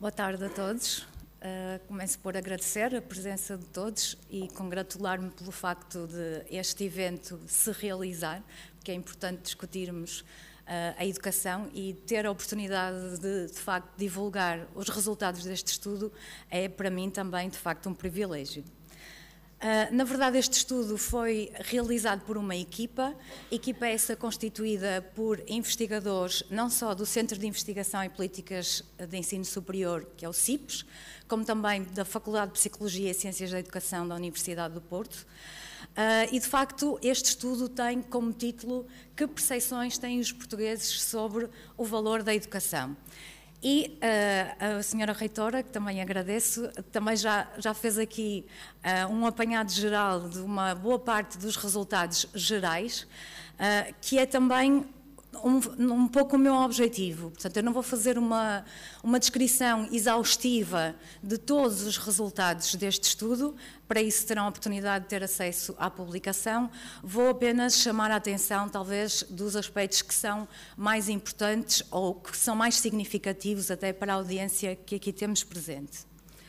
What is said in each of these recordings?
Boa tarde a todos. Começo por agradecer a presença de todos e congratular-me pelo facto de este evento se realizar, porque é importante discutirmos a educação e ter a oportunidade de facto, divulgar os resultados deste estudo é, para mim, também, de facto, um privilégio. Na verdade, este estudo foi realizado por uma equipa essa constituída por investigadores não só do Centro de Investigação e Políticas de Ensino Superior, que é o CIPES, como também da Faculdade de Psicologia e Ciências da Educação da Universidade do Porto. E, de facto, este estudo tem como título "Que percepções têm os portugueses sobre o valor da educação?". E a senhora reitora, que também agradeço, também já fez aqui um apanhado geral de uma boa parte dos resultados gerais, que é também um pouco o meu objetivo. Portanto, eu não vou fazer uma descrição exaustiva de todos os resultados deste estudo, para isso terão a oportunidade de ter acesso à publicação. Vou apenas chamar a atenção, talvez, dos aspectos que são mais importantes ou que são mais significativos até para a audiência que aqui temos presente.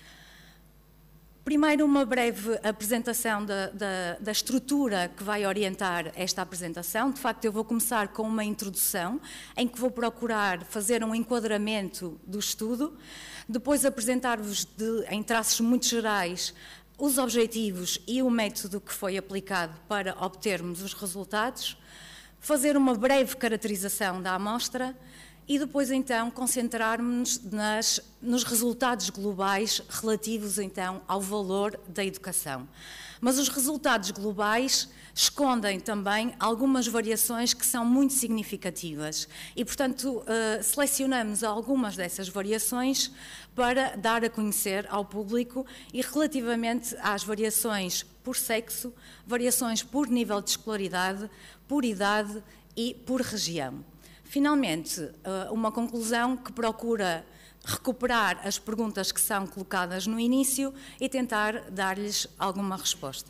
Primeiro, uma breve apresentação da estrutura que vai orientar esta apresentação. De facto, eu vou começar com uma introdução, em que vou procurar fazer um enquadramento do estudo, depois apresentar-vos, em traços muito gerais, os objetivos e o método que foi aplicado para obtermos os resultados, fazer uma breve caracterização da amostra e depois, então, concentrar-nos nos resultados globais relativos, então, ao valor da educação. Mas os resultados globais escondem também algumas variações que são muito significativas e, portanto, selecionamos algumas dessas variações para dar a conhecer ao público e relativamente às variações por sexo, variações por nível de escolaridade, por idade e por região. Finalmente, uma conclusão que procura recuperar as perguntas que são colocadas no início e tentar dar-lhes alguma resposta.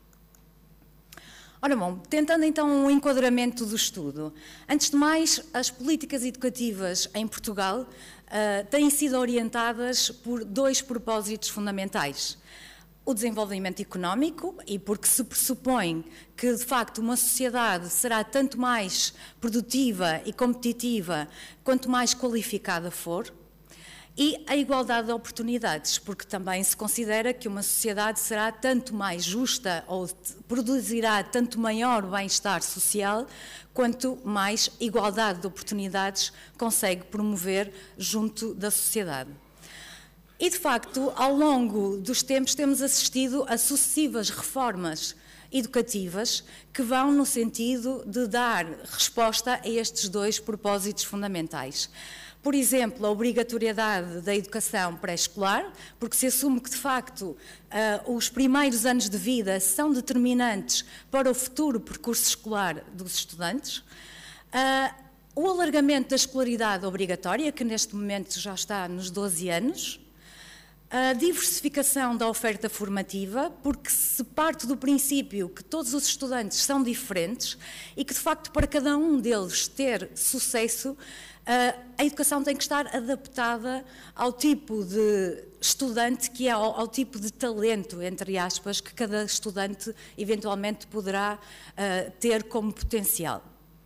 Ora bom, tentando então um enquadramento do estudo. Antes de mais, as políticas educativas em Portugal têm sido orientadas por dois propósitos fundamentais. O desenvolvimento económico, e porque se pressupõe que, de facto, uma sociedade será tanto mais produtiva e competitiva quanto mais qualificada for, e a igualdade de oportunidades, porque também se considera que uma sociedade será tanto mais justa ou produzirá tanto maior bem-estar social quanto mais igualdade de oportunidades consegue promover junto da sociedade. E, de facto, ao longo dos tempos temos assistido a sucessivas reformas educativas que vão no sentido de dar resposta a estes dois propósitos fundamentais. Por exemplo, a obrigatoriedade da educação pré-escolar, porque se assume que, de facto, os primeiros anos de vida são determinantes para o futuro percurso escolar dos estudantes. O alargamento da escolaridade obrigatória, que neste momento já está nos 12 anos. A diversificação da oferta formativa, porque se parte do princípio que todos os estudantes são diferentes e que, de facto, para cada um deles ter sucesso, a educação tem que estar adaptada ao tipo de estudante que é, ao tipo de talento, entre aspas, que cada estudante eventualmente poderá ter como potencial.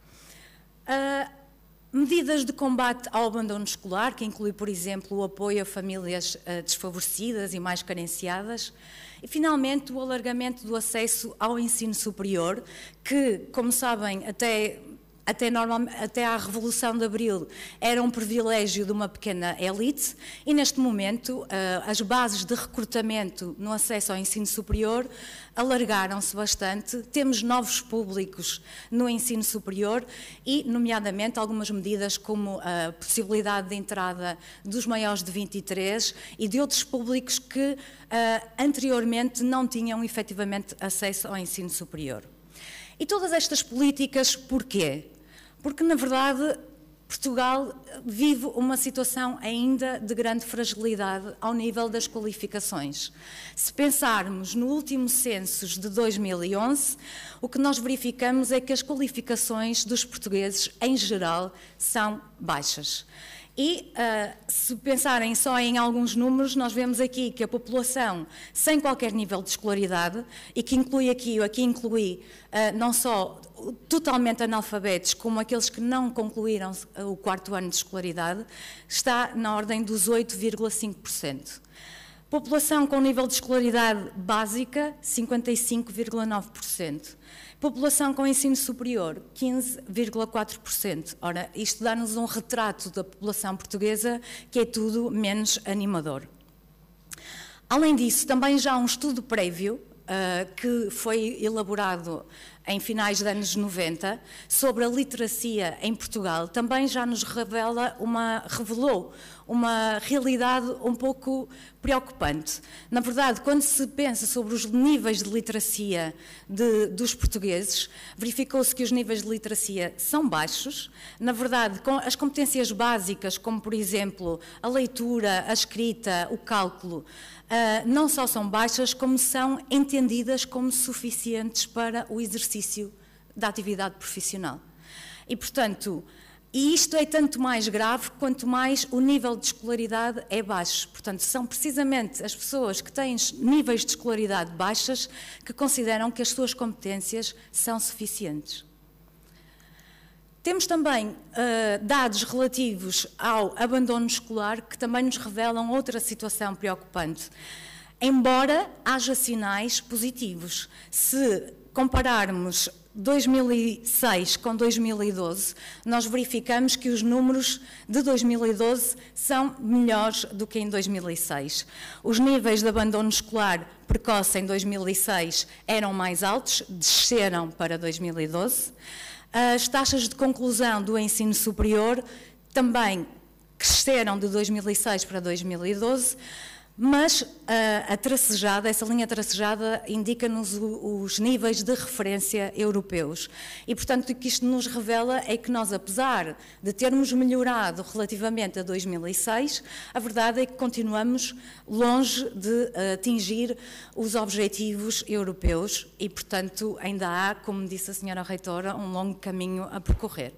Medidas de combate ao abandono escolar, que inclui, por exemplo, o apoio a famílias desfavorecidas e mais carenciadas. E, finalmente, o alargamento do acesso ao ensino superior, que, como sabem, até à Revolução de Abril era um privilégio de uma pequena elite e, neste momento, as bases de recrutamento no acesso ao ensino superior alargaram-se bastante. Temos novos públicos no ensino superior e, nomeadamente, algumas medidas como a possibilidade de entrada dos maiores de 23 e de outros públicos que anteriormente não tinham efetivamente acesso ao ensino superior. E todas estas políticas, porquê? Porque, na verdade, Portugal vive uma situação ainda de grande fragilidade ao nível das qualificações. Se pensarmos no último census de 2011, o que nós verificamos é que as qualificações dos portugueses, em geral, são baixas. E, se pensarem só em alguns números, nós vemos aqui que a população sem qualquer nível de escolaridade, e que inclui aqui inclui não só totalmente analfabetos, como aqueles que não concluíram o 4º ano de escolaridade, está na ordem dos 8,5%. População com nível de escolaridade básica, 55,9%. População com ensino superior, 15,4%. Ora, isto dá-nos um retrato da população portuguesa que é tudo menos animador. Além disso, também já há um estudo prévio que foi elaborado em finais dos anos 90 sobre a literacia em Portugal, também já nos revelou uma realidade um pouco preocupante. Na verdade, quando se pensa sobre os níveis de literacia dos portugueses, verificou-se que os níveis de literacia são baixos. Na verdade, com as competências básicas, como por exemplo a leitura, a escrita, o cálculo, não só são baixas, como são entendidas como suficientes para o exercício da atividade profissional. E, portanto, isto é tanto mais grave quanto mais o nível de escolaridade é baixo. Portanto, são precisamente as pessoas que têm níveis de escolaridade baixas que consideram que as suas competências são suficientes. Temos também dados relativos ao abandono escolar que também nos revelam outra situação preocupante. Embora haja sinais positivos, se compararmos 2006 com 2012, nós verificamos que os números de 2012 são melhores do que em 2006. Os níveis de abandono escolar precoce em 2006 eram mais altos, desceram para 2012. As taxas de conclusão do ensino superior também cresceram de 2006 para 2012, mas a tracejada, essa linha tracejada indica-nos os níveis de referência europeus. E, portanto, o que isto nos revela é que nós, apesar de termos melhorado relativamente a 2006, a verdade é que continuamos longe de atingir os objetivos europeus e, portanto, ainda há, como disse a senhora reitora, um longo caminho a percorrer.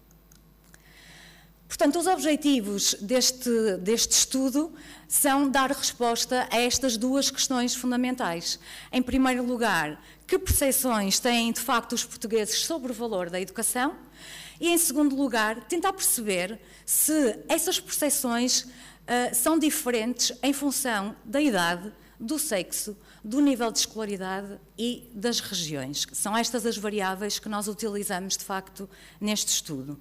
Portanto, os objetivos deste estudo são dar resposta a estas duas questões fundamentais. Em primeiro lugar, que percepções têm de facto os portugueses sobre o valor da educação? E em segundo lugar, tentar perceber se essas percepções são diferentes em função da idade, do sexo, do nível de escolaridade e das regiões. São estas as variáveis que nós utilizamos de facto neste estudo.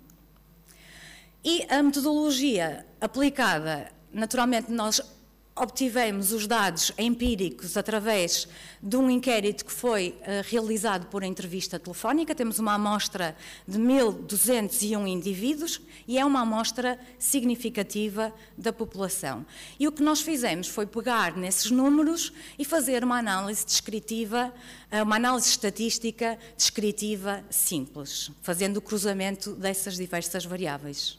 E a metodologia aplicada, naturalmente nós obtivemos os dados empíricos através de um inquérito que foi realizado por entrevista telefónica. Temos uma amostra de 1.201 indivíduos e é uma amostra significativa da população. E o que nós fizemos foi pegar nesses números e fazer uma análise descritiva, uma análise estatística descritiva simples, fazendo o cruzamento dessas diversas variáveis.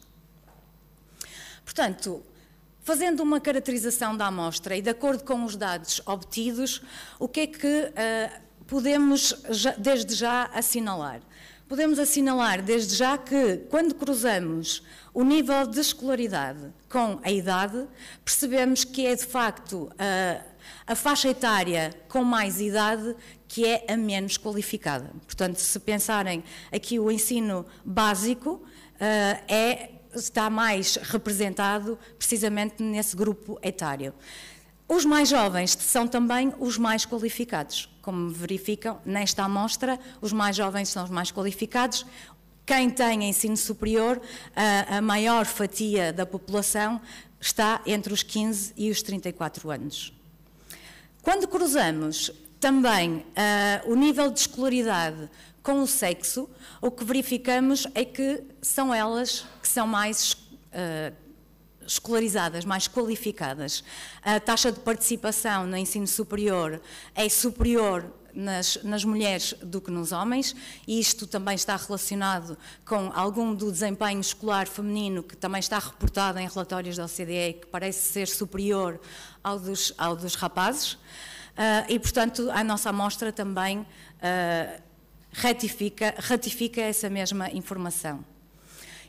Portanto, fazendo uma caracterização da amostra e de acordo com os dados obtidos, o que é que podemos desde já assinalar? Podemos assinalar desde já que, quando cruzamos o nível de escolaridade com a idade, percebemos que é de facto a faixa etária com mais idade que é a menos qualificada. Portanto, se pensarem aqui o ensino básico, está mais representado precisamente nesse grupo etário. Os mais jovens são também os mais qualificados. Como verificam nesta amostra, os mais jovens são os mais qualificados. Quem tem ensino superior, a maior fatia da população está entre os 15 e os 34 anos. Quando cruzamos também o nível de escolaridade com o sexo, o que verificamos é que são elas que são mais escolarizadas, mais qualificadas. A taxa de participação no ensino superior é superior nas mulheres do que nos homens, e isto também está relacionado com algum do desempenho escolar feminino que também está reportado em relatórios da OCDE, que parece ser superior ao dos rapazes, e, portanto, a nossa amostra também ratifica essa mesma informação.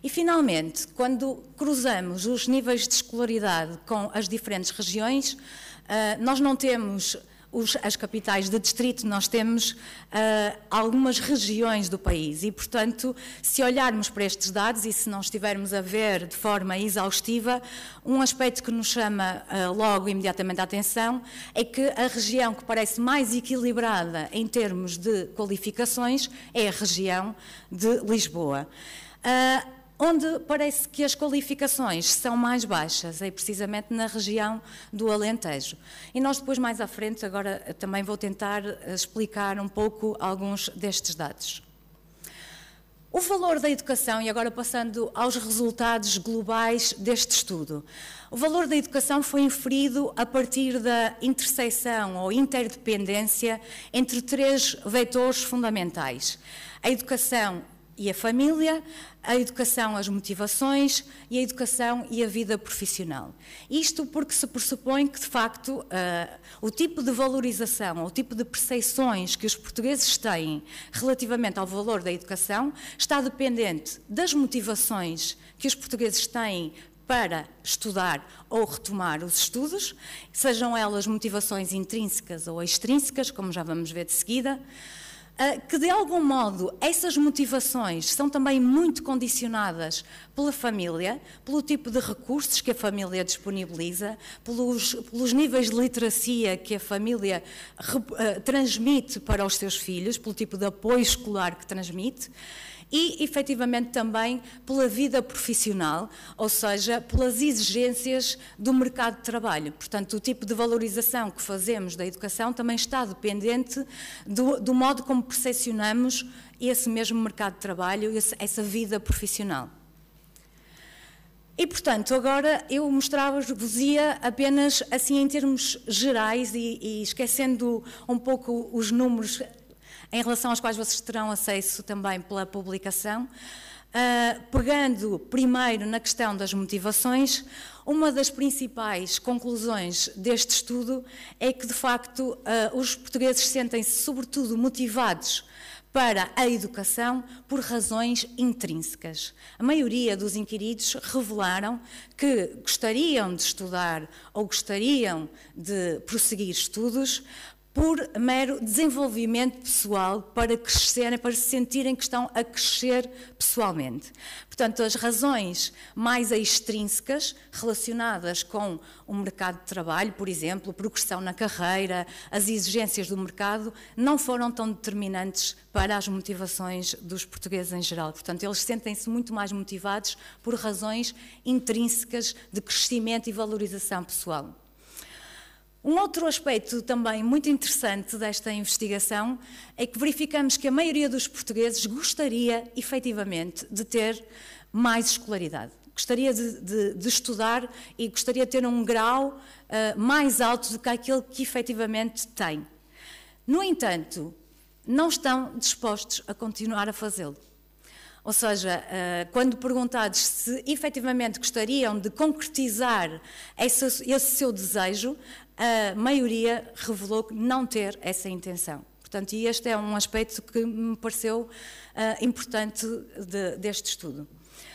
E, finalmente, quando cruzamos os níveis de escolaridade com as diferentes regiões, nós não temos as capitais de distrito, nós temos algumas regiões do país e, portanto, se olharmos para estes dados e se não estivermos a ver de forma exaustiva, um aspecto que nos chama logo imediatamente a atenção é que a região que parece mais equilibrada em termos de qualificações é a região de Lisboa. Onde parece que as qualificações são mais baixas, é precisamente na região do Alentejo. E nós depois, mais à frente, agora também vou tentar explicar um pouco alguns destes dados. O valor da educação, e agora passando aos resultados globais deste estudo, o valor da educação foi inferido a partir da interseção ou interdependência entre 3 vetores fundamentais: a educação e a família, a educação, as motivações e a educação e a vida profissional. Isto porque se pressupõe que, de facto, o tipo de valorização, ou o tipo de percepções que os portugueses têm relativamente ao valor da educação está dependente das motivações que os portugueses têm para estudar ou retomar os estudos, sejam elas motivações intrínsecas ou extrínsecas, como já vamos ver de seguida, que de algum modo essas motivações são também muito condicionadas pela família, pelo tipo de recursos que a família disponibiliza, pelos níveis de literacia que a família transmite para os seus filhos, pelo tipo de apoio escolar que transmite, e, efetivamente, também pela vida profissional, ou seja, pelas exigências do mercado de trabalho. Portanto, o tipo de valorização que fazemos da educação também está dependente do modo como percepcionamos esse mesmo mercado de trabalho, essa vida profissional. E, portanto, agora eu mostrava-vos-ia apenas, assim, em termos gerais e esquecendo um pouco os números em relação aos quais vocês terão acesso também pela publicação, pegando primeiro na questão das motivações, uma das principais conclusões deste estudo é que, de facto, os portugueses sentem-se sobretudo motivados para a educação por razões intrínsecas. A maioria dos inquiridos revelaram que gostariam de estudar ou gostariam de prosseguir estudos por mero desenvolvimento pessoal, para crescerem, para se sentirem que estão a crescer pessoalmente. Portanto, as razões mais extrínsecas relacionadas com o mercado de trabalho, por exemplo, progressão na carreira, as exigências do mercado, não foram tão determinantes para as motivações dos portugueses em geral. Portanto, eles sentem-se muito mais motivados por razões intrínsecas de crescimento e valorização pessoal. Um outro aspecto também muito interessante desta investigação é que verificamos que a maioria dos portugueses gostaria, efetivamente, de ter mais escolaridade. Gostaria de estudar e gostaria de ter um grau mais alto do que aquele que efetivamente tem. No entanto, não estão dispostos a continuar a fazê-lo. Ou seja, quando perguntados se efetivamente gostariam de concretizar esse seu desejo, a maioria revelou que não ter essa intenção. Portanto, e este é um aspecto que me pareceu importante deste estudo.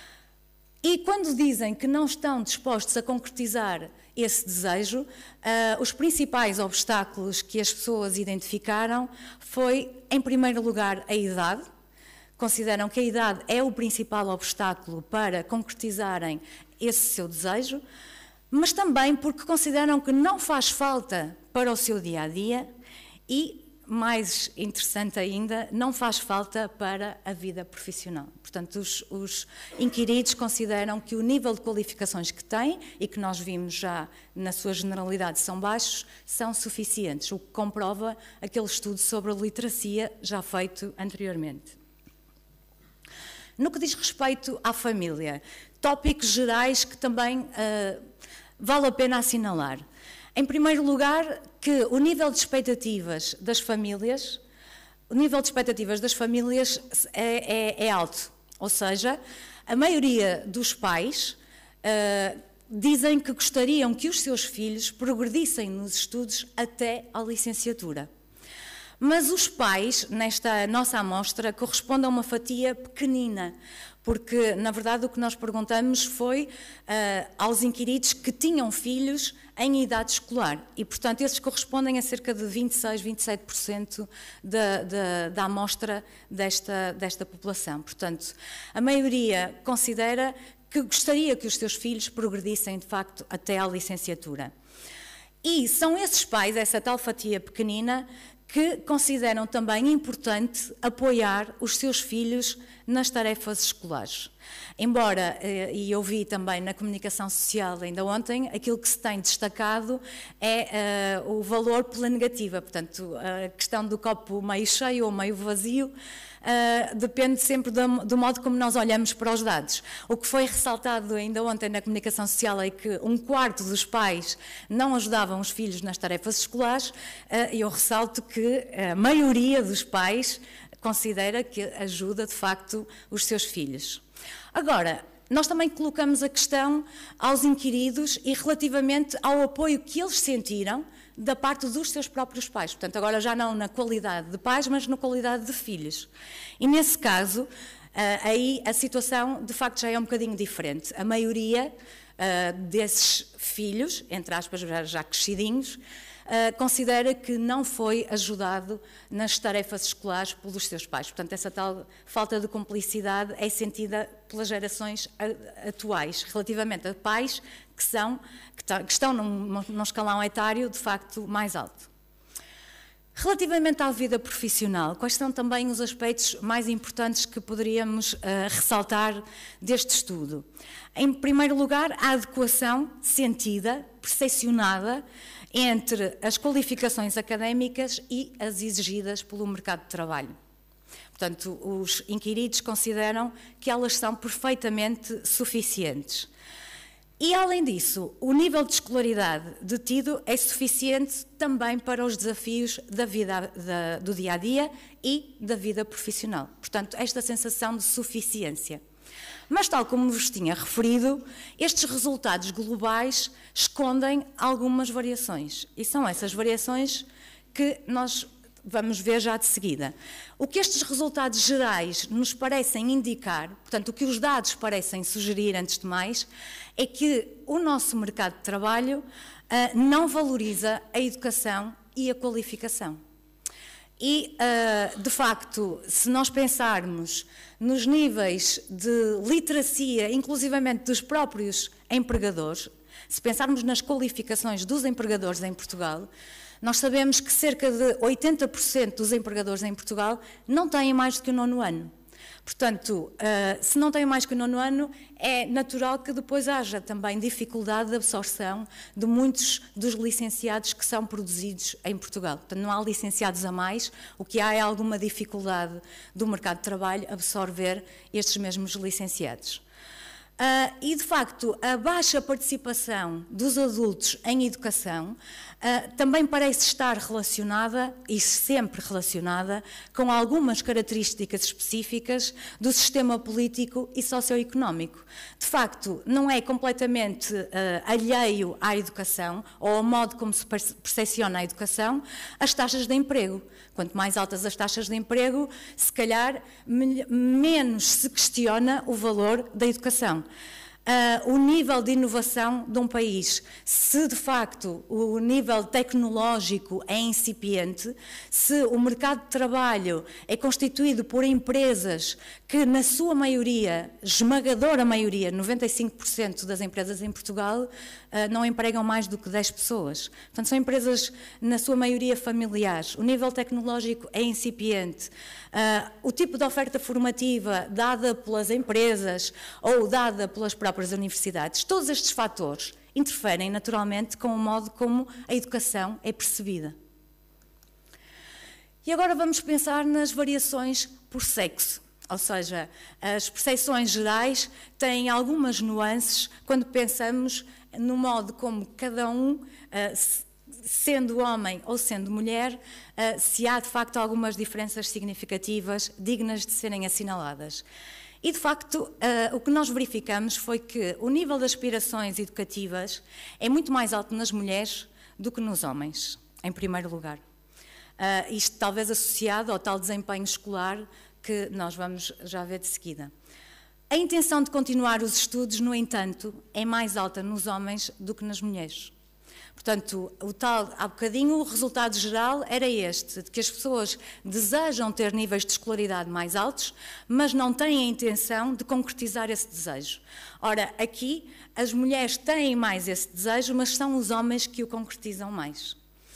E quando dizem que não estão dispostos a concretizar esse desejo, os principais obstáculos que as pessoas identificaram foi, em primeiro lugar, a idade. Consideram que a idade é o principal obstáculo para concretizarem esse seu desejo, mas também porque consideram que não faz falta para o seu dia-a-dia e, mais interessante ainda, não faz falta para a vida profissional. Portanto, os inquiridos consideram que o nível de qualificações que têm, e que nós vimos já na sua generalidade são baixos, são suficientes, o que comprova aquele estudo sobre a literacia já feito anteriormente. No que diz respeito à família, tópicos gerais que também vale a pena assinalar. Em primeiro lugar, que o nível de expectativas das famílias, é alto. Ou seja, a maioria dos pais dizem que gostariam que os seus filhos progredissem nos estudos até à licenciatura. Mas os pais, nesta nossa amostra, correspondem a uma fatia pequenina, porque, na verdade, o que nós perguntamos foi aos inquiridos que tinham filhos em idade escolar e, portanto, esses correspondem a cerca de 26, 27% da amostra desta população. Portanto, a maioria considera que gostaria que os seus filhos progredissem, de facto, até à licenciatura. E são esses pais, essa tal fatia pequenina, que consideram também importante apoiar os seus filhos nas tarefas escolares. Embora, e eu vi também na comunicação social ainda ontem, aquilo que se tem destacado é o valor pela negativa, portanto, a questão do copo meio cheio ou meio vazio, depende sempre do modo como nós olhamos para os dados. O que foi ressaltado ainda ontem na comunicação social é que 1/4 dos pais não ajudavam os filhos nas tarefas escolares, e eu ressalto que a maioria dos pais considera que ajuda, de facto, os seus filhos. Agora, nós também colocamos a questão aos inquiridos e relativamente ao apoio que eles sentiram da parte dos seus próprios pais. Portanto, agora já não na qualidade de pais, mas na qualidade de filhos. E nesse caso, aí a situação de facto já é um bocadinho diferente. A maioria desses filhos, entre aspas, já crescidinhos, considera que não foi ajudado nas tarefas escolares pelos seus pais. Portanto, essa tal falta de cumplicidade é sentida pelas gerações atuais, relativamente a pais que estão num escalão etário, de facto, mais alto. Relativamente à vida profissional, quais são também os aspectos mais importantes que poderíamos ressaltar deste estudo? Em primeiro lugar, a adequação sentida, percepcionada, entre as qualificações académicas e as exigidas pelo mercado de trabalho. Portanto, os inquiridos consideram que elas são perfeitamente suficientes. E, além disso, o nível de escolaridade detido é suficiente também para os desafios da vida do dia-a-dia e da vida profissional. Portanto, esta sensação de suficiência. Mas, tal como vos tinha referido, estes resultados globais escondem algumas variações. E são essas variações que nós vamos ver já de seguida. O que estes resultados gerais nos parecem indicar, portanto, o que os dados parecem sugerir, antes de mais, é que o nosso mercado de trabalho não valoriza a educação e a qualificação. E, de facto, se nós pensarmos nos níveis de literacia, inclusivamente dos próprios empregadores, se pensarmos nas qualificações dos empregadores em Portugal, nós sabemos que cerca de 80% dos empregadores em Portugal não têm mais do que o 9º ano. Portanto, se não têm mais que o 9º ano, é natural que depois haja também dificuldade de absorção de muitos dos licenciados que são produzidos em Portugal. Portanto, não há licenciados a mais, o que há é alguma dificuldade do mercado de trabalho absorver estes mesmos licenciados. E, de facto, a baixa participação dos adultos em educação também parece estar relacionada, e sempre relacionada, com algumas características específicas do sistema político e socioeconómico. De facto, não é completamente alheio à educação ou ao modo como se percepciona a educação, as taxas de emprego. Quanto mais altas as taxas de emprego, se calhar menos se questiona o valor da educação. O nível de inovação de um país, se de facto o nível tecnológico é incipiente, se o mercado de trabalho é constituído por empresas que, na sua maioria, esmagadora maioria, 95% das empresas em Portugal, não empregam mais do que 10 pessoas. Portanto, são empresas, na sua maioria, familiares. O nível tecnológico é incipiente. O tipo de oferta formativa dada pelas empresas ou dada pelas próprias universidades, todos estes fatores interferem naturalmente com o modo como a educação é percebida. E agora vamos pensar nas variações por sexo. Ou seja, as percepções gerais têm algumas nuances quando pensamos no modo como cada um, sendo homem ou sendo mulher, se há de facto algumas diferenças significativas dignas de serem assinaladas. E, de facto, o que nós verificamos foi que o nível de aspirações educativas é muito mais alto nas mulheres do que nos homens, em primeiro lugar. isto talvez associado ao tal desempenho escolar que nós vamos já ver de seguida. A intenção de continuar os estudos, no entanto, é mais alta nos homens do que nas mulheres. Portanto, há bocadinho o resultado geral era este, de que as pessoas desejam ter níveis de escolaridade mais altos, mas não têm a intenção de concretizar esse desejo. Ora, aqui as mulheres têm mais esse desejo, mas são os homens que o concretizam mais.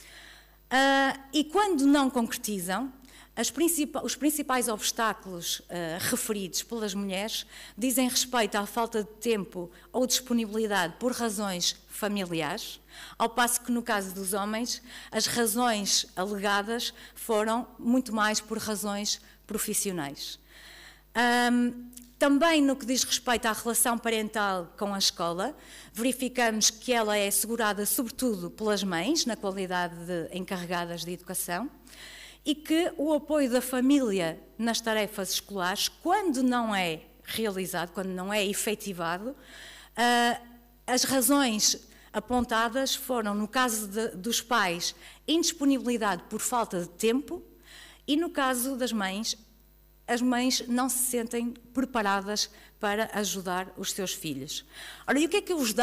E quando não concretizam, os principais obstáculos referidos pelas mulheres dizem respeito à falta de tempo ou disponibilidade por razões familiares, ao passo que no caso dos homens as razões alegadas foram muito mais por razões profissionais. Também no que diz respeito à relação parental com a escola, verificamos que ela é assegurada sobretudo pelas mães, na qualidade de encarregadas de educação, e que o apoio da família nas tarefas escolares, quando não é realizado, quando não é efetivado, as razões apontadas foram, no caso dos pais, indisponibilidade por falta de tempo, e no caso das mães, as mães não se sentem preparadas para ajudar os seus filhos. Ora, e o que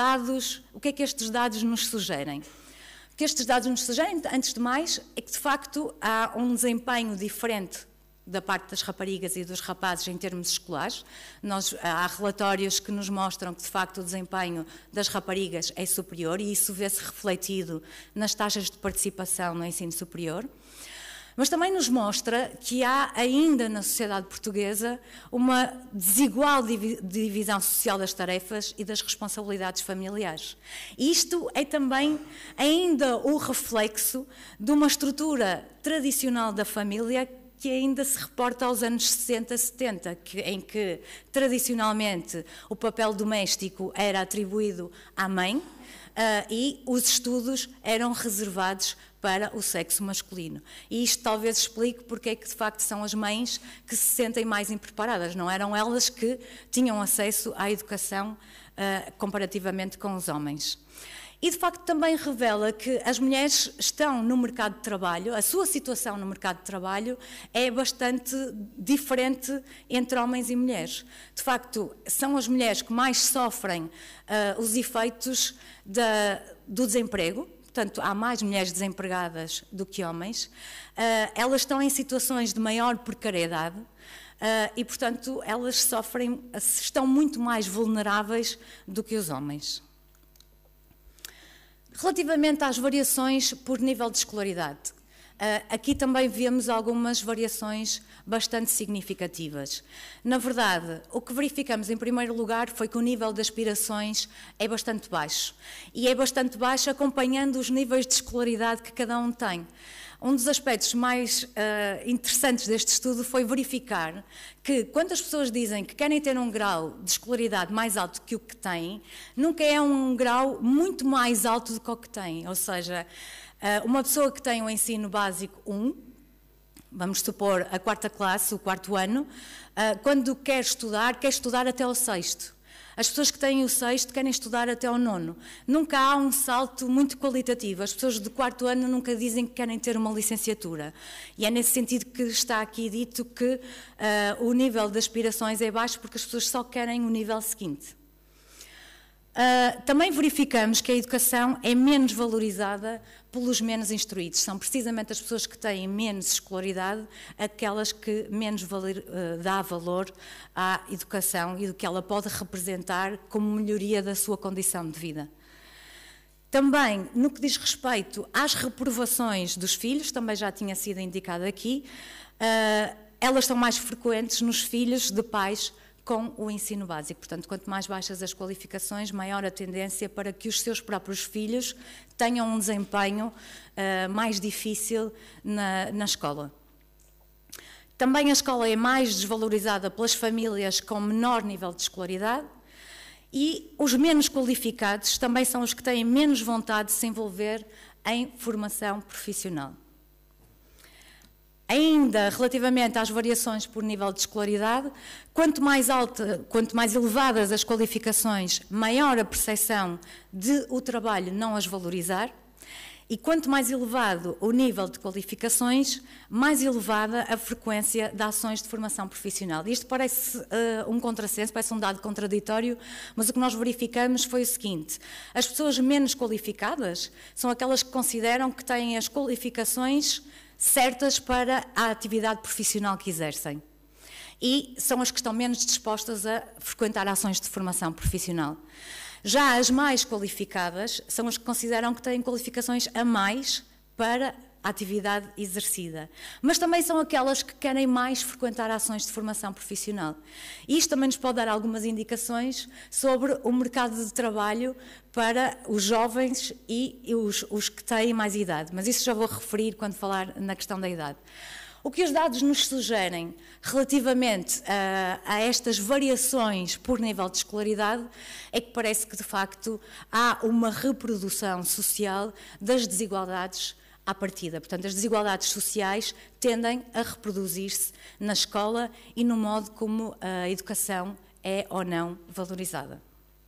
é que estes dados nos sugerem? O que estes dados nos sugerem, antes de mais, é que de facto há um desempenho diferente da parte das raparigas e dos rapazes em termos escolares. Há relatórios que nos mostram que de facto o desempenho das raparigas é superior e isso vê-se refletido nas taxas de participação no ensino superior. Mas também nos mostra que há ainda na sociedade portuguesa uma desigual divisão social das tarefas e das responsabilidades familiares. E isto é também ainda o reflexo de uma estrutura tradicional da família que ainda se reporta aos anos 60, 70, em que tradicionalmente o papel doméstico era atribuído à mãe e os estudos eram reservados para o sexo masculino. E isto talvez explique porque é que de facto são as mães que se sentem mais impreparadas, não eram elas que tinham acesso à educação comparativamente com os homens. E de facto também revela que as mulheres estão no mercado de trabalho, a sua situação no mercado de trabalho é bastante diferente entre homens e mulheres. De facto, são as mulheres que mais sofrem os efeitos do desemprego. Portanto, há mais mulheres desempregadas do que homens, elas estão em situações de maior precariedade e, portanto, elas estão muito mais vulneráveis do que os homens. Relativamente às variações por nível de escolaridade, aqui também vemos algumas variações bastante significativas. Na verdade, o que verificamos em primeiro lugar foi que o nível de aspirações é bastante baixo. E é bastante baixo acompanhando os níveis de escolaridade que cada um tem. Um dos aspectos mais interessantes deste estudo foi verificar que, quando as pessoas dizem que querem ter um grau de escolaridade mais alto que o que têm, nunca é um grau muito mais alto do que o que têm. Ou seja, uma pessoa que tem o ensino básico 1, vamos supor a 4ª classe, o 4º ano, quando quer estudar até o 6º. As pessoas que têm o 6º querem estudar até o 9º. Nunca há um salto muito qualitativo. As pessoas do 4º ano nunca dizem que querem ter uma licenciatura. E é nesse sentido que está aqui dito que o nível de aspirações é baixo porque as pessoas só querem o nível seguinte. Também verificamos que a educação é menos valorizada pelos menos instruídos. São precisamente as pessoas que têm menos escolaridade aquelas que menos dá valor à educação e do que ela pode representar como melhoria da sua condição de vida. Também, no que diz respeito às reprovações dos filhos, também já tinha sido indicado aqui, elas são mais frequentes nos filhos de pais com o ensino básico. Portanto, quanto mais baixas as qualificações, maior a tendência para que os seus próprios filhos tenham um desempenho mais difícil na escola. Também a escola é mais desvalorizada pelas famílias com menor nível de escolaridade e os menos qualificados também são os que têm menos vontade de se envolver em formação profissional. Ainda relativamente às variações por nível de escolaridade, quanto mais elevadas as qualificações, maior a percepção de o trabalho não as valorizar E quanto mais elevado o nível de qualificações, mais elevada a frequência de ações de formação profissional. Isto parece um contrassenso, parece um dado contraditório, mas o que nós verificamos foi o seguinte: as pessoas menos qualificadas são aquelas que consideram que têm as qualificações certas para a atividade profissional que exercem. E são as que estão menos dispostas a frequentar ações de formação profissional. Já as mais qualificadas são as que consideram que têm qualificações a mais para a atividade exercida. Mas também são aquelas que querem mais frequentar ações de formação profissional. E isto também nos pode dar algumas indicações sobre o mercado de trabalho para os jovens e os que têm mais idade. Mas isso já vou referir quando falar na questão da idade. O que os dados nos sugerem relativamente a estas variações por nível de escolaridade é que parece que, de facto, há uma reprodução social das desigualdades à partida. Portanto, as desigualdades sociais tendem a reproduzir-se na escola e no modo como a educação é ou não valorizada.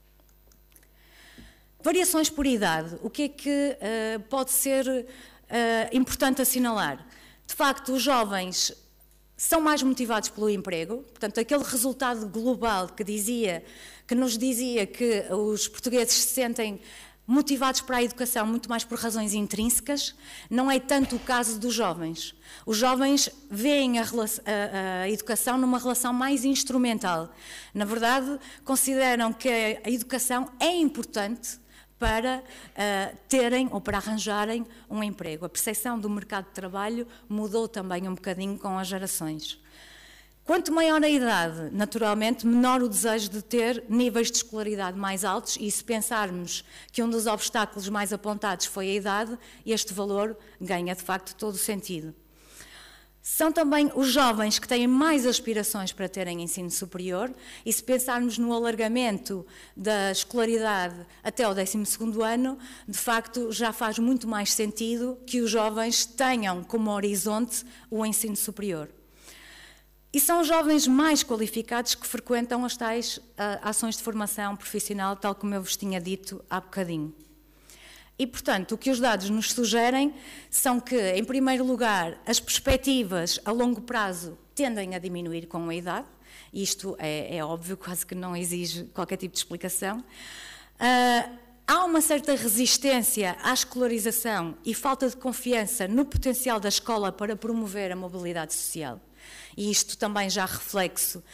Variações por idade. O que é que pode ser importante assinalar? De facto, os jovens são mais motivados pelo emprego, portanto, aquele resultado global que nos dizia que os portugueses se sentem motivados para a educação muito mais por razões intrínsecas, não é tanto o caso dos jovens. Os jovens veem a educação numa relação mais instrumental. Na verdade, consideram que a educação é importante para terem ou para arranjarem um emprego. A percepção do mercado de trabalho mudou também um bocadinho com as gerações. Quanto maior a idade, naturalmente, menor o desejo de ter níveis de escolaridade mais altos, e se pensarmos que um dos obstáculos mais apontados foi a idade, este valor ganha, de facto, todo o sentido. São também os jovens que têm mais aspirações para terem ensino superior, e se pensarmos no alargamento da escolaridade até ao 12º ano, de facto já faz muito mais sentido que os jovens tenham como horizonte o ensino superior. E são os jovens mais qualificados que frequentam as tais ações de formação profissional, tal como eu vos tinha dito há bocadinho. E, portanto, o que os dados nos sugerem são que, em primeiro lugar, as perspectivas a longo prazo tendem a diminuir com a idade, e isto é óbvio, quase que não exige qualquer tipo de explicação. Há uma certa resistência à escolarização e falta de confiança no potencial da escola para promover a mobilidade social. E isto também já reflexo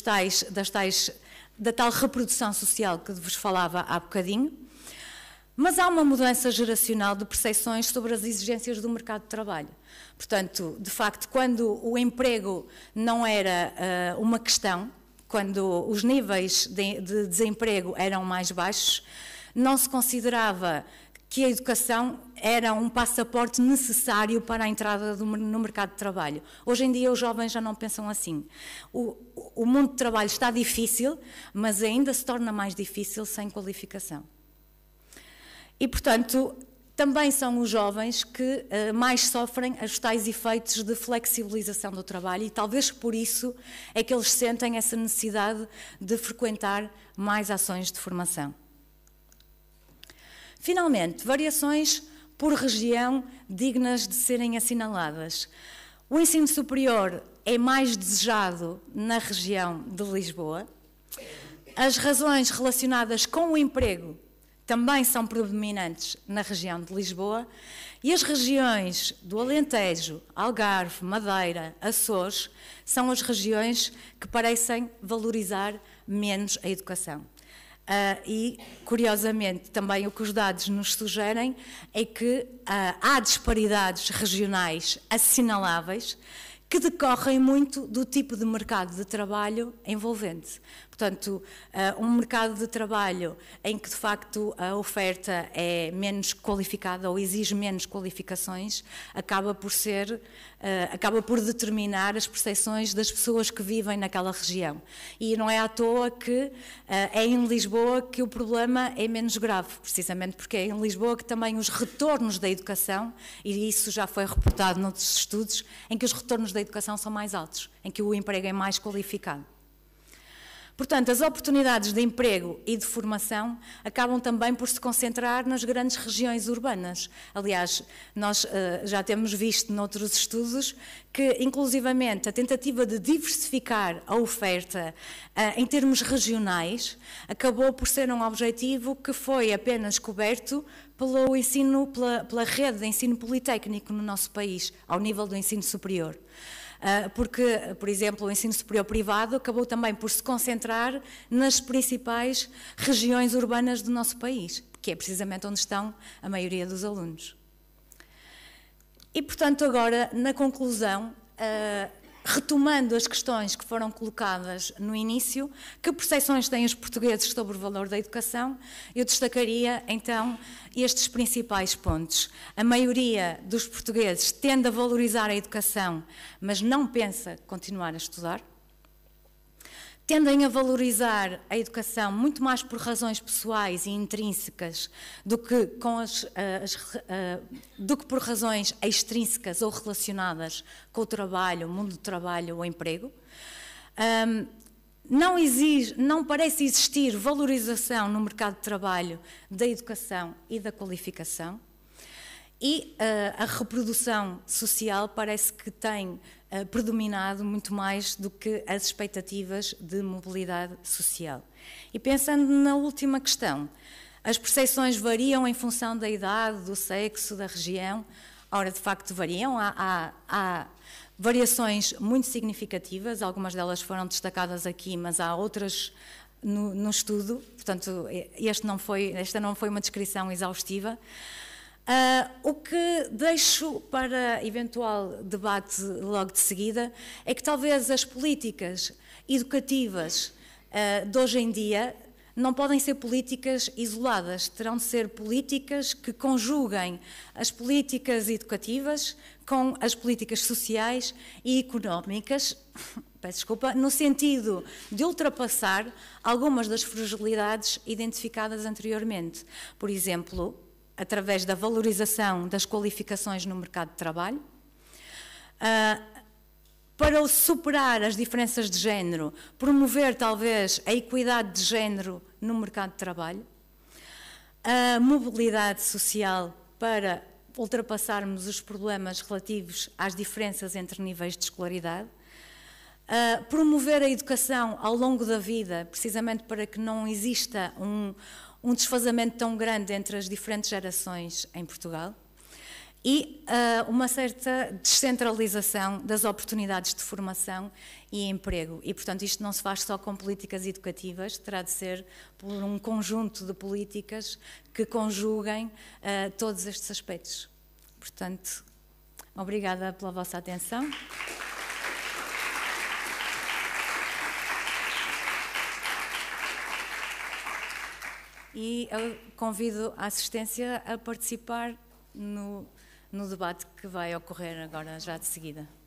da tal reprodução social que vos falava há bocadinho. Mas há uma mudança geracional de percepções sobre as exigências do mercado de trabalho. Portanto, de facto, quando o emprego não era uma questão, quando os níveis de desemprego eram mais baixos, não se considerava que a educação era um passaporte necessário para a entrada no mercado de trabalho. Hoje em dia os jovens já não pensam assim. O mundo de trabalho está difícil, mas ainda se torna mais difícil sem qualificação. E, portanto, também são os jovens que mais sofrem os tais efeitos de flexibilização do trabalho, e talvez por isso é que eles sentem essa necessidade de frequentar mais ações de formação. Finalmente, variações por região dignas de serem assinaladas. O ensino superior é mais desejado na região de Lisboa. As razões relacionadas com o emprego também são predominantes na região de Lisboa, e as regiões do Alentejo, Algarve, Madeira, Açores, são as regiões que parecem valorizar menos a educação. E, curiosamente, também o que os dados nos sugerem é que há disparidades regionais assinaláveis que decorrem muito do tipo de mercado de trabalho envolvente. Portanto, um mercado de trabalho em que, de facto, a oferta é menos qualificada ou exige menos qualificações, acaba por determinar as percepções das pessoas que vivem naquela região. E não é à toa que é em Lisboa que o problema é menos grave, precisamente porque é em Lisboa que também os retornos da educação, e isso já foi reportado noutros estudos, em que os retornos da educação são mais altos, em que o emprego é mais qualificado. Portanto, as oportunidades de emprego e de formação acabam também por se concentrar nas grandes regiões urbanas. Aliás, nós já temos visto noutros estudos que, inclusivamente, a tentativa de diversificar a oferta em termos regionais acabou por ser um objetivo que foi apenas coberto pelo ensino, pela rede de ensino politécnico no nosso país, ao nível do ensino superior. Porque, por exemplo, o ensino superior privado acabou também por se concentrar nas principais regiões urbanas do nosso país, que é precisamente onde estão a maioria dos alunos. E, portanto, agora, na conclusão, retomando as questões que foram colocadas no início, que percepções têm os portugueses sobre o valor da educação, eu destacaria, então, estes principais pontos. A maioria dos portugueses tende a valorizar a educação, mas não pensa continuar a estudar. Tendem a valorizar a educação muito mais por razões pessoais e intrínsecas do que por razões extrínsecas ou relacionadas com o trabalho, o mundo do trabalho ou o emprego. Não parece existir valorização no mercado de trabalho da educação e da qualificação. E a reprodução social parece que tem predominado muito mais do que as expectativas de mobilidade social. E pensando na última questão, as percepções variam em função da idade, do sexo, da região. Ora, de facto, variam. Há variações muito significativas, algumas delas foram destacadas aqui, mas há outras no estudo, portanto, esta não foi uma descrição exaustiva. O que deixo para eventual debate logo de seguida é que talvez as políticas educativas de hoje em dia não podem ser políticas isoladas, terão de ser políticas que conjuguem as políticas educativas com as políticas sociais e económicas, peço desculpa, no sentido de ultrapassar algumas das fragilidades identificadas anteriormente. Por exemplo, através da valorização das qualificações no mercado de trabalho, para superar as diferenças de género, promover talvez a equidade de género no mercado de trabalho, a mobilidade social para ultrapassarmos os problemas relativos às diferenças entre níveis de escolaridade, promover a educação ao longo da vida, precisamente para que não exista um desfazamento tão grande entre as diferentes gerações em Portugal e uma certa descentralização das oportunidades de formação e emprego. E, portanto, isto não se faz só com políticas educativas, terá de ser por um conjunto de políticas que conjuguem todos estes aspectos. Portanto, obrigada pela vossa atenção. E eu convido a assistência a participar no debate que vai ocorrer agora, já de seguida.